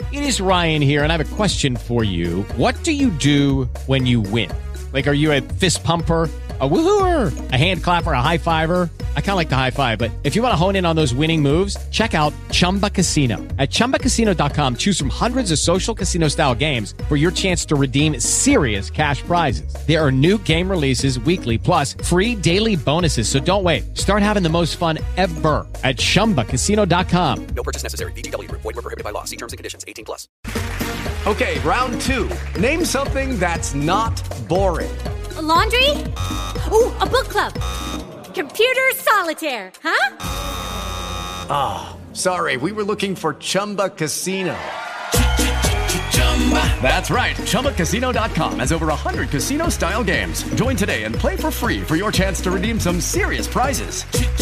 It is Ryan here, and I have a question for you. What do you do when you win? Like, are you a fist pumper, a woohooer, a hand clapper, a high fiver? I kind of like the high five, but if you want to hone in on those winning moves, check out Chumba Casino. At ChumbaCasino.com, choose from hundreds of social casino style games for your chance to redeem serious cash prizes. There are new game releases weekly, plus free daily bonuses. So don't wait. Start having the most fun ever at ChumbaCasino.com. No purchase necessary. VGW Group. Void where prohibited by law. See terms and conditions. 18+. Okay, round two. Name something that's not boring. A laundry? Ooh, a book club. Computer solitaire, huh? Ah, sorry, we were looking for Chumba Casino. That's right, ChumbaCasino.com has over 100 casino-style games. Join today and play for free for your chance to redeem some serious prizes.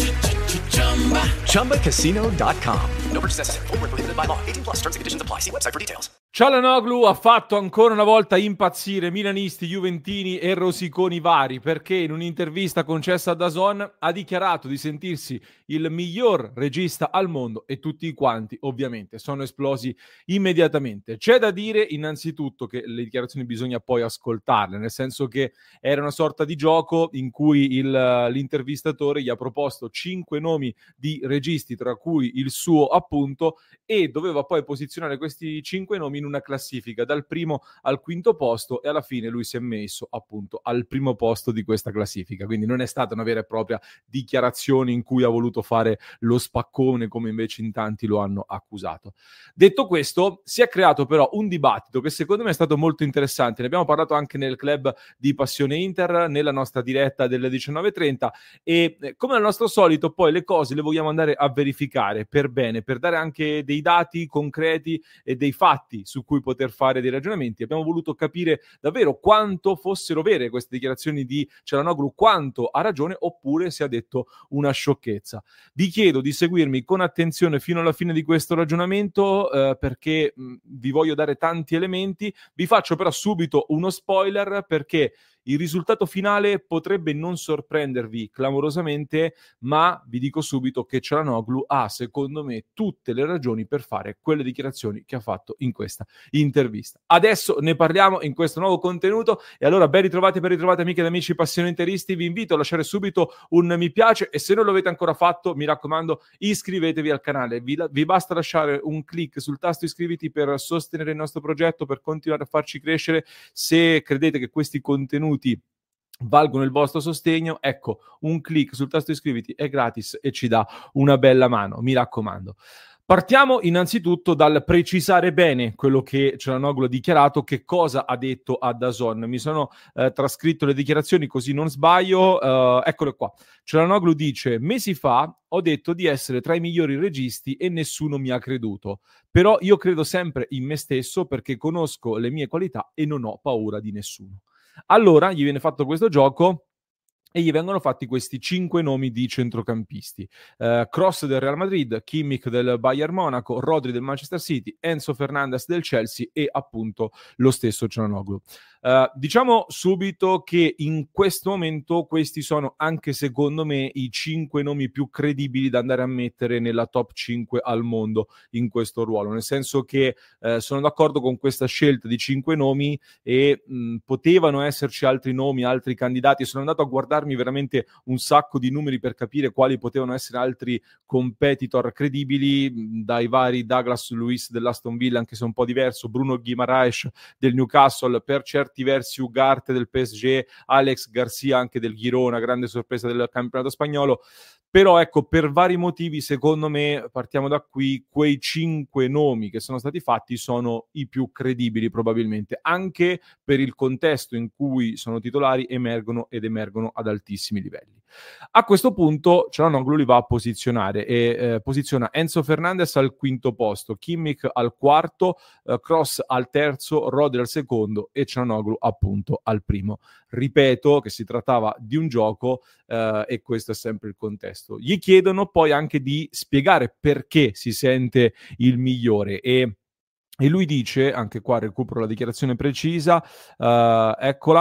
ChumbaCasino.com. No purchase necessary. Void where prohibited by law. 18+. Terms and conditions apply. See website for details. Çalhanoğlu ha fatto ancora una volta impazzire milanisti, juventini e rosiconi vari, perché in un'intervista concessa a DAZN ha dichiarato di sentirsi il miglior regista al mondo e tutti quanti ovviamente sono esplosi immediatamente. C'è da dire innanzitutto che le dichiarazioni bisogna poi ascoltarle, nel senso che era una sorta di gioco in cui l'intervistatore gli ha proposto 5 nomi di registi, tra cui il suo appunto, e doveva poi posizionare questi 5 nomi in una classifica dal primo al quinto posto, e alla fine lui si è messo appunto al primo posto di questa classifica. Quindi non è stata una vera e propria dichiarazione in cui ha voluto fare lo spaccone, come invece in tanti lo hanno accusato. Detto questo, si è creato però un dibattito che secondo me è stato molto interessante. Ne abbiamo parlato anche nel club di Passione Inter, nella nostra diretta delle 19:30, e come al nostro solito poi le cose le vogliamo andare a verificare per bene, per dare anche dei dati concreti e dei fatti su cui poter fare dei ragionamenti. Abbiamo voluto capire davvero quanto fossero vere queste dichiarazioni di Çalhanoğlu, quanto ha ragione oppure si ha detto una sciocchezza. Vi chiedo di seguirmi con attenzione fino alla fine di questo ragionamento, perché vi voglio dare tanti elementi. Vi faccio però subito uno spoiler, perché il risultato finale potrebbe non sorprendervi clamorosamente, ma vi dico subito che Çalhanoğlu ha, secondo me, tutte le ragioni per fare quelle dichiarazioni che ha fatto in questa intervista. Adesso ne parliamo in questo nuovo contenuto, e allora ben ritrovati amiche ed amici passioni interisti. Vi invito a lasciare subito un mi piace, e se non lo avete ancora fatto, mi raccomando, iscrivetevi al canale. Vi basta lasciare un click sul tasto iscriviti per sostenere il nostro progetto, per continuare a farci crescere. Se credete che questi contenuti valgono il vostro sostegno, ecco, un click sul tasto iscriviti è gratis e ci dà una bella mano, mi raccomando. Partiamo innanzitutto dal precisare bene quello che Çalhanoğlu ha dichiarato, che cosa ha detto a DAZN. Mi sono trascritto le dichiarazioni così non sbaglio, eccole qua. Çalhanoğlu dice: mesi fa ho detto di essere tra i migliori registi e nessuno mi ha creduto, però io credo sempre in me stesso perché conosco le mie qualità e non ho paura di nessuno. Allora gli viene fatto questo gioco e gli vengono fatti questi 5 nomi di centrocampisti. Kroos del Real Madrid, Kimmich del Bayern Monaco, Rodri del Manchester City, Enzo Fernandez del Chelsea e appunto lo stesso Çalhanoğlu. Diciamo subito che in questo momento questi sono anche secondo me i 5 nomi più credibili da andare a mettere nella top 5 al mondo in questo ruolo, nel senso che sono d'accordo con questa scelta di 5 nomi e potevano esserci altri nomi, altri candidati. Sono andato a guardarmi veramente un sacco di numeri per capire quali potevano essere altri competitor credibili, dai vari Douglas Luiz dell'Aston Villa, anche se un po' diverso, Bruno Guimaraes del Newcastle, per certi versi Ugarte del PSG, Alex Garcia anche del Girona, grande sorpresa del campionato spagnolo. Però ecco, per vari motivi, secondo me, partiamo da qui, quei 5 nomi che sono stati fatti sono i più credibili probabilmente, anche per il contesto in cui sono titolari, emergono ad altissimi livelli. A questo punto Çalhanoğlu li va a posizionare e posiziona Enzo Fernandez al quinto posto, Kimmich al quarto, Kroos al terzo, Rodri al secondo e Çalhanoğlu appunto al primo. Ripeto che si trattava di un gioco e questo è sempre il contesto. Gli chiedono poi anche di spiegare perché si sente il migliore e lui dice, anche qua recupero la dichiarazione precisa, eccola,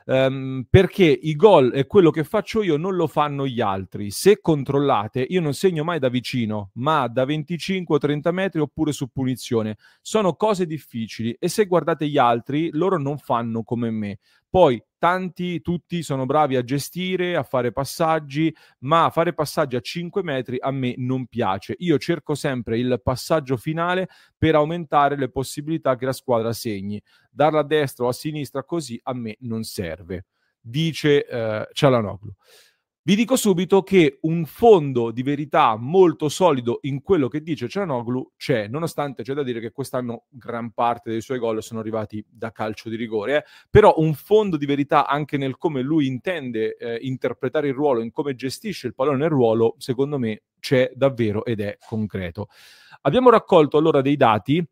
perché i gol e quello che faccio io non lo fanno gli altri. Se controllate, io non segno mai da vicino, ma da 25 o 30 metri oppure su punizione. Sono cose difficili e se guardate gli altri, loro non fanno come me. Poi tutti sono bravi a gestire, a fare passaggi, ma fare passaggi a 5 metri a me non piace. Io cerco sempre il passaggio finale per aumentare le possibilità che la squadra segni. Darla a destra o a sinistra così a me non serve, dice Çalhanoğlu. Vi dico subito che un fondo di verità molto solido in quello che dice Çalhanoğlu c'è, nonostante c'è da dire che quest'anno gran parte dei suoi gol sono arrivati da calcio di rigore, però un fondo di verità anche nel come lui intende interpretare il ruolo, in come gestisce il pallone nel ruolo, secondo me c'è davvero ed è concreto. Abbiamo raccolto allora dei dati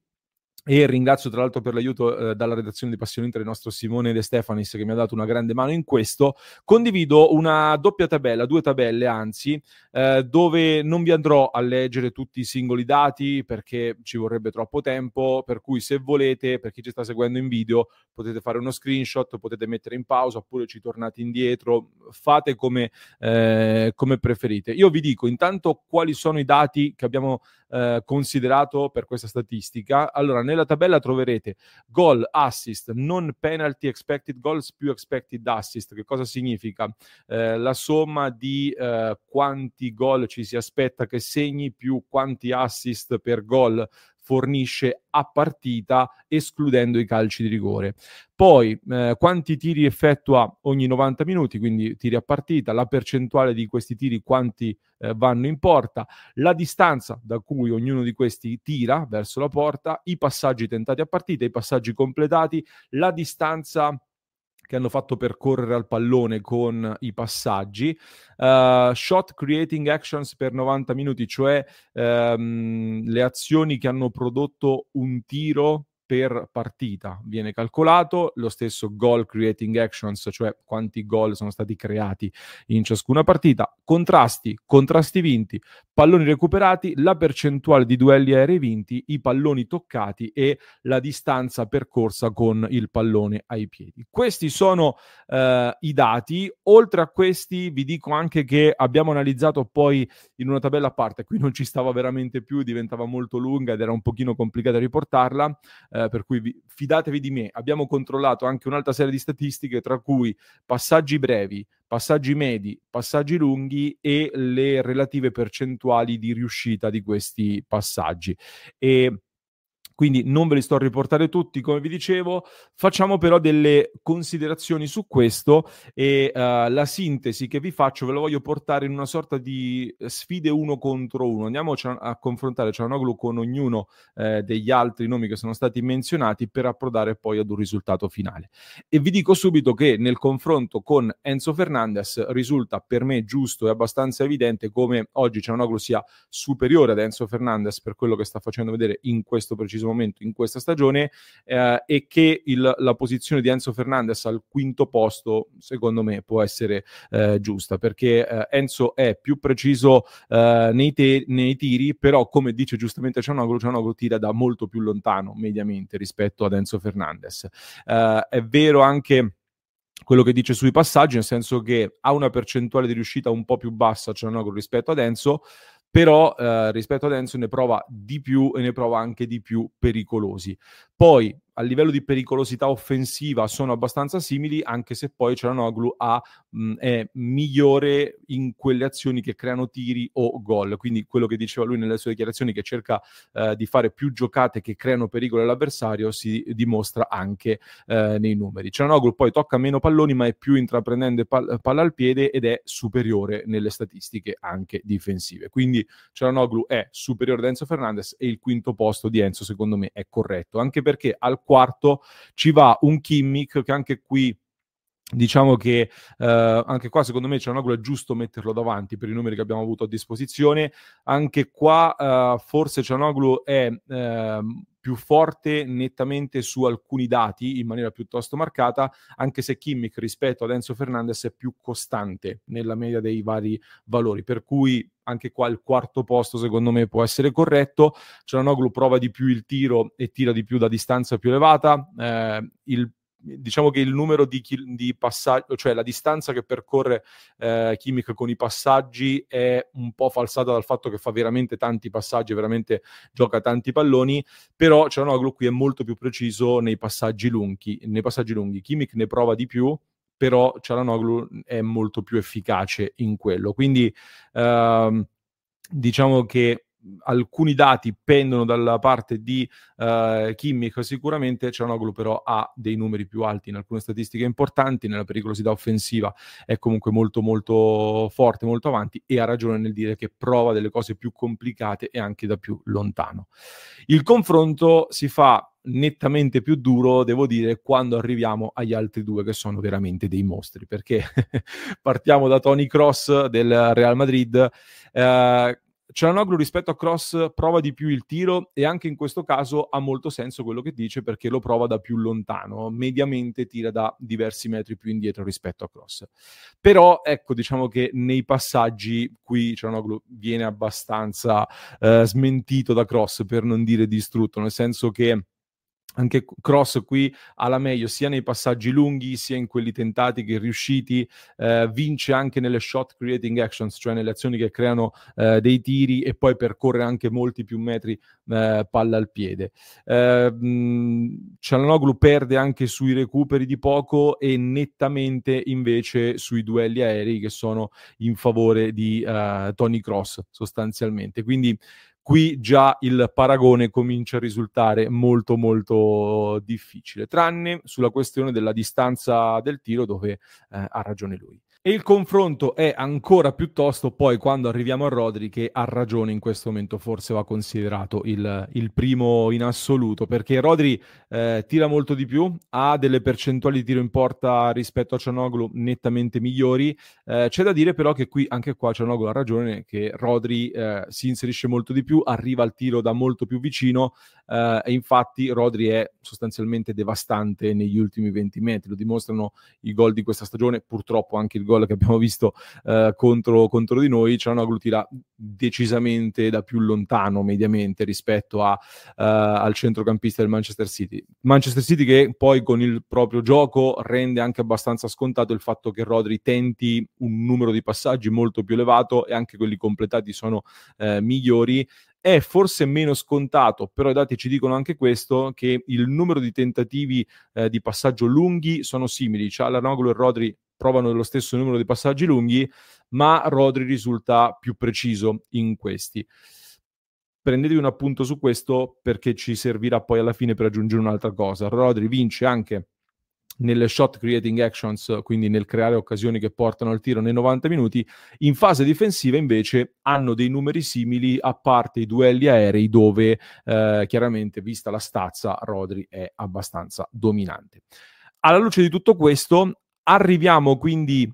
e ringrazio tra l'altro per l'aiuto dalla redazione di Passione Inter il nostro Simone De Stefanis che mi ha dato una grande mano in questo. Condivido una doppia tabella, 2 tabelle anzi, dove non vi andrò a leggere tutti i singoli dati perché ci vorrebbe troppo tempo, per cui se volete, per chi ci sta seguendo in video, potete fare uno screenshot, potete mettere in pausa oppure ci tornate indietro, fate come preferite. Io vi dico intanto quali sono i dati che abbiamo considerato per questa statistica. Allora, nella tabella troverete goal, assist, non penalty expected goals più expected assist. Che cosa significa? La somma di quanti gol ci si aspetta che segni più quanti assist per gol fornisce a partita, escludendo i calci di rigore. Poi quanti tiri effettua ogni 90 minuti, quindi tiri a partita, la percentuale di questi tiri, quanti vanno in porta, la distanza da cui ognuno di questi tira verso la porta, i passaggi tentati a partita, i passaggi completati, la distanza che hanno fatto percorrere al pallone con i passaggi, shot creating actions per 90 minuti, cioè le azioni che hanno prodotto un tiro per partita viene calcolato, lo stesso goal creating actions, cioè quanti gol sono stati creati in ciascuna partita, contrasti vinti, palloni recuperati, la percentuale di duelli aerei vinti, i palloni toccati e la distanza percorsa con il pallone ai piedi. Questi sono i dati. Oltre a questi vi dico anche che abbiamo analizzato poi in una tabella a parte, qui non ci stava veramente più, diventava molto lunga ed era un pochino complicato riportarla, per cui fidatevi di me. Abbiamo controllato anche un'altra serie di statistiche, tra cui passaggi brevi, passaggi medi, passaggi lunghi e le relative percentuali di riuscita di questi passaggi. E quindi non ve li sto a riportare tutti, come vi dicevo, facciamo però delle considerazioni su questo e la sintesi che vi faccio ve la voglio portare in una sorta di sfide 1 contro 1. Andiamo a confrontare Çalhanoğlu con ognuno degli altri nomi che sono stati menzionati per approdare poi ad un risultato finale. E vi dico subito che nel confronto con Enzo Fernandez risulta per me giusto e abbastanza evidente come oggi Çalhanoğlu sia superiore ad Enzo Fernandez per quello che sta facendo vedere in questo preciso momento in questa stagione, e che la posizione di Enzo Fernandez al quinto posto secondo me può essere giusta, perché Enzo è più preciso nei tiri, però come dice giustamente Çalhanoğlu tira da molto più lontano mediamente rispetto ad Enzo Fernandez. È vero anche quello che dice sui passaggi, nel senso che ha una percentuale di riuscita un po' più bassa Çalhanoğlu rispetto ad Enzo, però rispetto ad Enzo ne prova di più e ne prova anche di più pericolosi. Poi a livello di pericolosità offensiva sono abbastanza simili, anche se poi Çalhanoğlu è migliore in quelle azioni che creano tiri o gol, quindi quello che diceva lui nelle sue dichiarazioni, che cerca di fare più giocate che creano pericolo all'avversario, si dimostra anche nei numeri. Çalhanoğlu poi tocca meno palloni ma è più intraprendente palla al piede ed è superiore nelle statistiche anche difensive, quindi Çalhanoğlu è superiore ad Enzo Fernandez e il quinto posto di Enzo secondo me è corretto, anche perché al quarto ci va un Kimmich che anche qui diciamo che anche qua secondo me Çalhanoğlu è giusto metterlo davanti per i numeri che abbiamo avuto a disposizione. Anche qua forse Çalhanoğlu è più forte nettamente su alcuni dati in maniera piuttosto marcata, anche se Kimmich rispetto ad Enzo Fernandez è più costante nella media dei vari valori, per cui anche qua il quarto posto secondo me può essere corretto. Çalhanoğlu prova di più il tiro e tira di più da distanza più elevata, diciamo che il numero di passaggi, cioè la distanza che percorre Kimmich con i passaggi è un po' falsata dal fatto che fa veramente tanti passaggi, veramente gioca tanti palloni, però Çalhanoğlu qui è molto più preciso nei passaggi lunghi. Kimmich ne prova di più, però Çalhanoğlu è molto più efficace in quello. Quindi diciamo che alcuni dati pendono dalla parte di Kimmich sicuramente. Çalhanoğlu però ha dei numeri più alti in alcune statistiche importanti, nella pericolosità offensiva è comunque molto molto forte, molto avanti, e ha ragione nel dire che prova delle cose più complicate e anche da più lontano. Il confronto si fa nettamente più duro, devo dire, quando arriviamo agli altri due che sono veramente dei mostri, perché partiamo da Toni Kroos del Real Madrid. Çalhanoğlu rispetto a Kroos prova di più il tiro, e anche in questo caso ha molto senso quello che dice, perché lo prova da più lontano, mediamente tira da diversi metri più indietro rispetto a Kroos. Però ecco, diciamo che nei passaggi qui Çalhanoğlu viene abbastanza smentito da Kroos, per non dire distrutto, nel senso che anche Kroos qui ha la meglio sia nei passaggi lunghi sia in quelli tentati che riusciti, vince anche nelle shot creating actions, cioè nelle azioni che creano dei tiri, e poi percorre anche molti più metri palla al piede. Çalhanoğlu perde anche sui recuperi di poco e nettamente invece sui duelli aerei, che sono in favore di Toni Kroos sostanzialmente. Quindi qui già il paragone comincia a risultare molto molto difficile, tranne sulla questione della distanza del tiro, dove ha ragione lui. E il confronto è ancora più tosto poi quando arriviamo a Rodri, che ha ragione in questo momento, forse va considerato il primo in assoluto, perché Rodri tira molto di più, ha delle percentuali di tiro in porta rispetto a Çalhanoğlu nettamente migliori. C'è da dire però che qui, anche qua, Çalhanoğlu ha ragione, che Rodri si inserisce molto di più, arriva al tiro da molto più vicino, e infatti Rodri è sostanzialmente devastante negli ultimi 20 metri, lo dimostrano i gol di questa stagione, purtroppo anche il gol che abbiamo visto contro di noi. Çalhanoğlu tira decisamente da più lontano mediamente rispetto al centrocampista del Manchester City che poi con il proprio gioco rende anche abbastanza scontato il fatto che Rodri tenti un numero di passaggi molto più elevato, e anche quelli completati sono migliori. È forse meno scontato, però i dati ci dicono anche questo, che il numero di tentativi di passaggio lunghi sono simili. Çalhanoğlu e Rodri provano lo stesso numero di passaggi lunghi, ma Rodri risulta più preciso in questi. Prendetevi un appunto su questo, perché ci servirà poi alla fine per aggiungere un'altra cosa. Rodri vince anche nelle shot creating actions, quindi nel creare occasioni che portano al tiro nei 90 minuti. In fase difensiva invece hanno dei numeri simili, a parte i duelli aerei, dove chiaramente, vista la stazza, Rodri è abbastanza dominante. Alla luce di tutto questo arriviamo quindi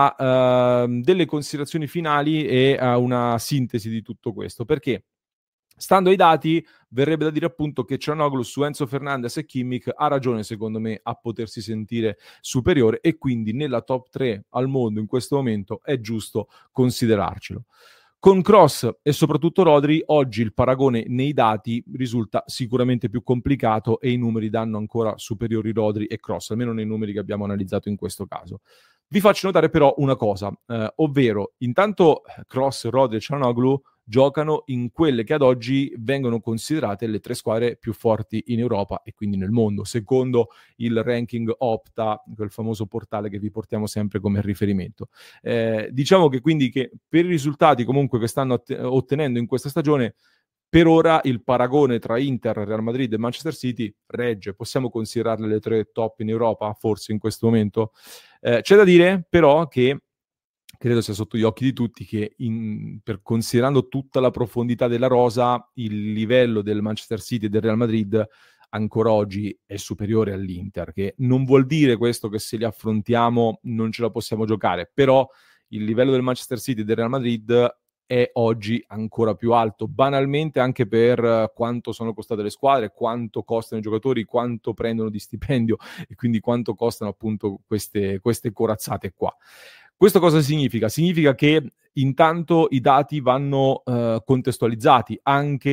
a delle considerazioni finali e a una sintesi di tutto questo, perché stando ai dati verrebbe da dire appunto che Çalhanoğlu su Enzo Fernandez e Kimmich ha ragione, secondo me, a potersi sentire superiore, e quindi nella top 3 al mondo in questo momento è giusto considerarcelo. Con Kroos e soprattutto Rodri oggi il paragone nei dati risulta sicuramente più complicato, e i numeri danno ancora superiori Rodri e Kroos, almeno nei numeri che abbiamo analizzato in questo caso. Vi faccio notare però una cosa, ovvero intanto Kroos, Rodri e Çalhanoğlu giocano in quelle che ad oggi vengono considerate le 3 squadre più forti in Europa e quindi nel mondo, secondo il ranking Opta, quel famoso portale che vi portiamo sempre come riferimento. Diciamo che quindi che per i risultati comunque che stanno ottenendo in questa stagione, per ora il paragone tra Inter, Real Madrid e Manchester City regge. Possiamo considerarle le 3 top in Europa, forse in questo momento? C'è da dire però che credo sia sotto gli occhi di tutti che considerando tutta la profondità della rosa, il livello del Manchester City e del Real Madrid ancora oggi è superiore all'Inter, che non vuol dire questo che se li affrontiamo non ce la possiamo giocare, però il livello del Manchester City e del Real Madrid è oggi ancora più alto, banalmente anche per quanto sono costate le squadre, quanto costano i giocatori, quanto prendono di stipendio e quindi quanto costano appunto queste corazzate qua. Questo cosa significa? Significa che intanto i dati vanno contestualizzati, anche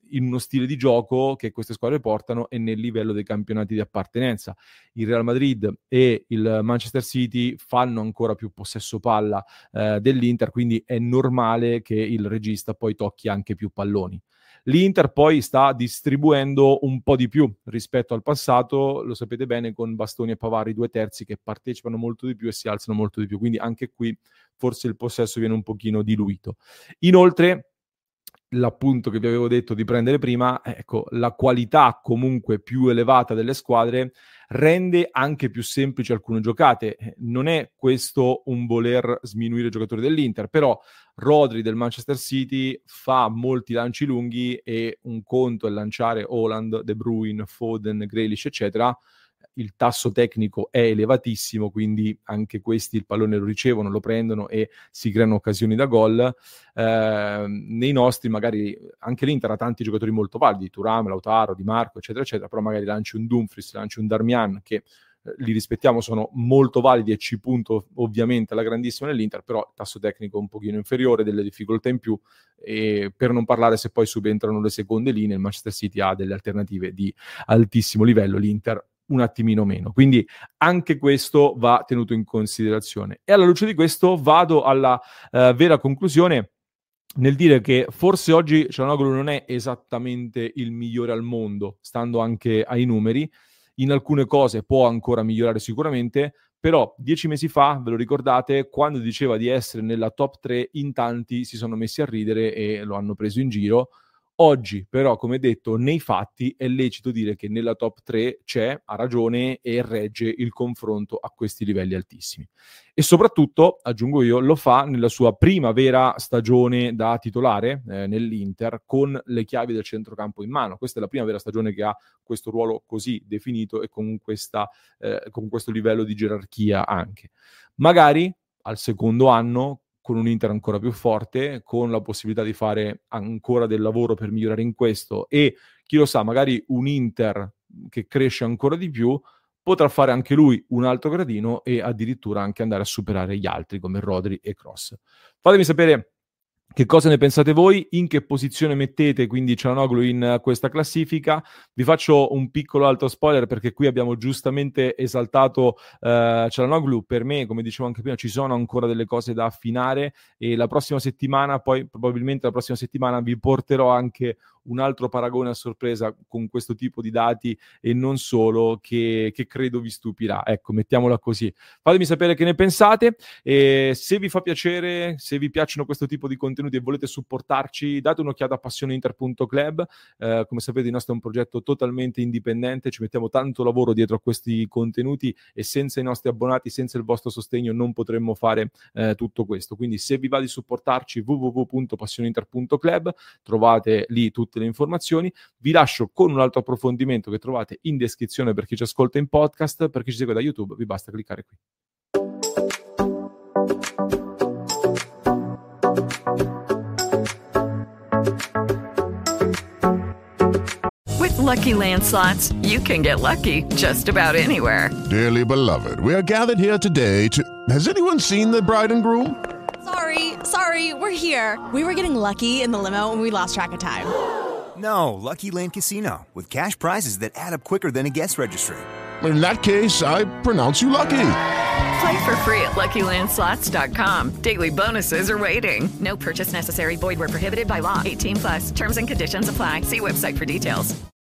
in uno stile di gioco che queste squadre portano e nel livello dei campionati di appartenenza. Il Real Madrid e il Manchester City fanno ancora più possesso palla dell'Inter, quindi è normale che il regista poi tocchi anche più palloni. L'Inter poi sta distribuendo un po' di più rispetto al passato, lo sapete bene, con Bastoni e Pavard, i 2 terzi che partecipano molto di più e si alzano molto di più, quindi anche qui forse il possesso viene un pochino diluito. Inoltre, l'appunto che vi avevo detto di prendere prima, ecco, la qualità comunque più elevata delle squadre rende anche più semplici alcune giocate. Non è questo un voler sminuire i giocatori dell'Inter, però Rodri del Manchester City fa molti lanci lunghi e un conto è lanciare Haaland, De Bruyne, Foden, Grealish, eccetera. Il tasso tecnico è elevatissimo, quindi anche questi il pallone lo ricevono, lo prendono e si creano occasioni da gol. Nei nostri magari anche l'Inter ha tanti giocatori molto validi, Thuram, Lautaro, Di Marco, eccetera, eccetera, però magari lanci un Dumfries, lanci un Darmian, che li rispettiamo, sono molto validi e ci punto ovviamente alla grandissima nell'Inter, però il tasso tecnico è un pochino inferiore, delle difficoltà in più, e per non parlare se poi subentrano le seconde linee, il Manchester City ha delle alternative di altissimo livello, l'Inter un attimino meno, quindi anche questo va tenuto in considerazione. E alla luce di questo vado alla vera conclusione nel dire che forse oggi Çalhanoğlu non è esattamente il migliore al mondo, stando anche ai numeri. In alcune cose può ancora migliorare sicuramente, però 10 mesi fa, ve lo ricordate, quando diceva di essere nella top 3, in tanti si sono messi a ridere e lo hanno preso in giro. Oggi, però, come detto, nei fatti è lecito dire che nella top 3 c'è, ha ragione e regge il confronto a questi livelli altissimi. E soprattutto, aggiungo io, lo fa nella sua prima vera stagione da titolare nell'Inter, con le chiavi del centrocampo in mano. Questa è la prima vera stagione che ha questo ruolo così definito e con questo livello di gerarchia anche. Magari al secondo anno, con un Inter ancora più forte, con la possibilità di fare ancora del lavoro per migliorare in questo, e chi lo sa, magari un Inter che cresce ancora di più, potrà fare anche lui un altro gradino e addirittura anche andare a superare gli altri come Rodri e Kroos. Fatemi sapere che cosa ne pensate voi, in che posizione mettete quindi Çalhanoğlu in questa classifica. Vi faccio un piccolo altro spoiler, perché qui abbiamo giustamente esaltato Çalhanoğlu. Per me, come dicevo anche prima, ci sono ancora delle cose da affinare, e la prossima settimana, poi probabilmente la prossima settimana, vi porterò anche un altro paragone a sorpresa con questo tipo di dati e non solo, che credo vi stupirà. Ecco, mettiamola così. Fatemi sapere che ne pensate, e se vi fa piacere, se vi piacciono questo tipo di contenuti e volete supportarci, date un'occhiata a passioneinter.club. Come sapete, il nostro è un progetto totalmente indipendente, ci mettiamo tanto lavoro dietro a questi contenuti e senza i nostri abbonati, senza il vostro sostegno non potremmo fare tutto questo. Quindi se vi va di supportarci, www.passioneinter.club, trovate lì tutte le informazioni. Vi lascio con un altro approfondimento che trovate in descrizione per chi ci ascolta in podcast. Per chi ci segue da YouTube vi basta cliccare qui. With Lucky Land Slots, you can get lucky just about anywhere. Dearly beloved, we are gathered here today to... Has anyone seen the bride and groom? Sorry, we're here. We were getting lucky in the limo and we lost track of time. No, Lucky Land Casino, with cash prizes that add up quicker than a guest registry. In that case, I pronounce you lucky. Play for free at LuckyLandSlots.com. Daily bonuses are waiting. No purchase necessary. Void where prohibited by law. 18+. Terms and conditions apply. See website for details.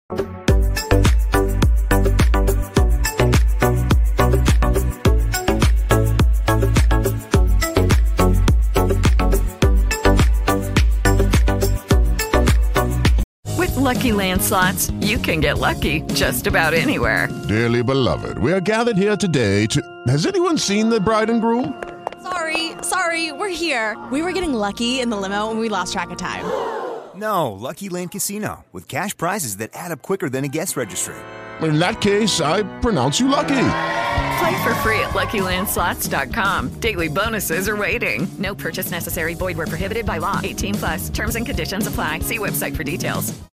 Lucky Land Slots, you can get lucky just about anywhere. Dearly beloved, we are gathered here today to... Has anyone seen the bride and groom? Sorry, we're here. We were getting lucky in the limo and we lost track of time. No, Lucky Land Casino, with cash prizes that add up quicker than a guest registry. In that case, I pronounce you lucky. Play for free at LuckyLandSlots.com. Daily bonuses are waiting. No purchase necessary. Void where prohibited by law. 18+. Terms and conditions apply. See website for details.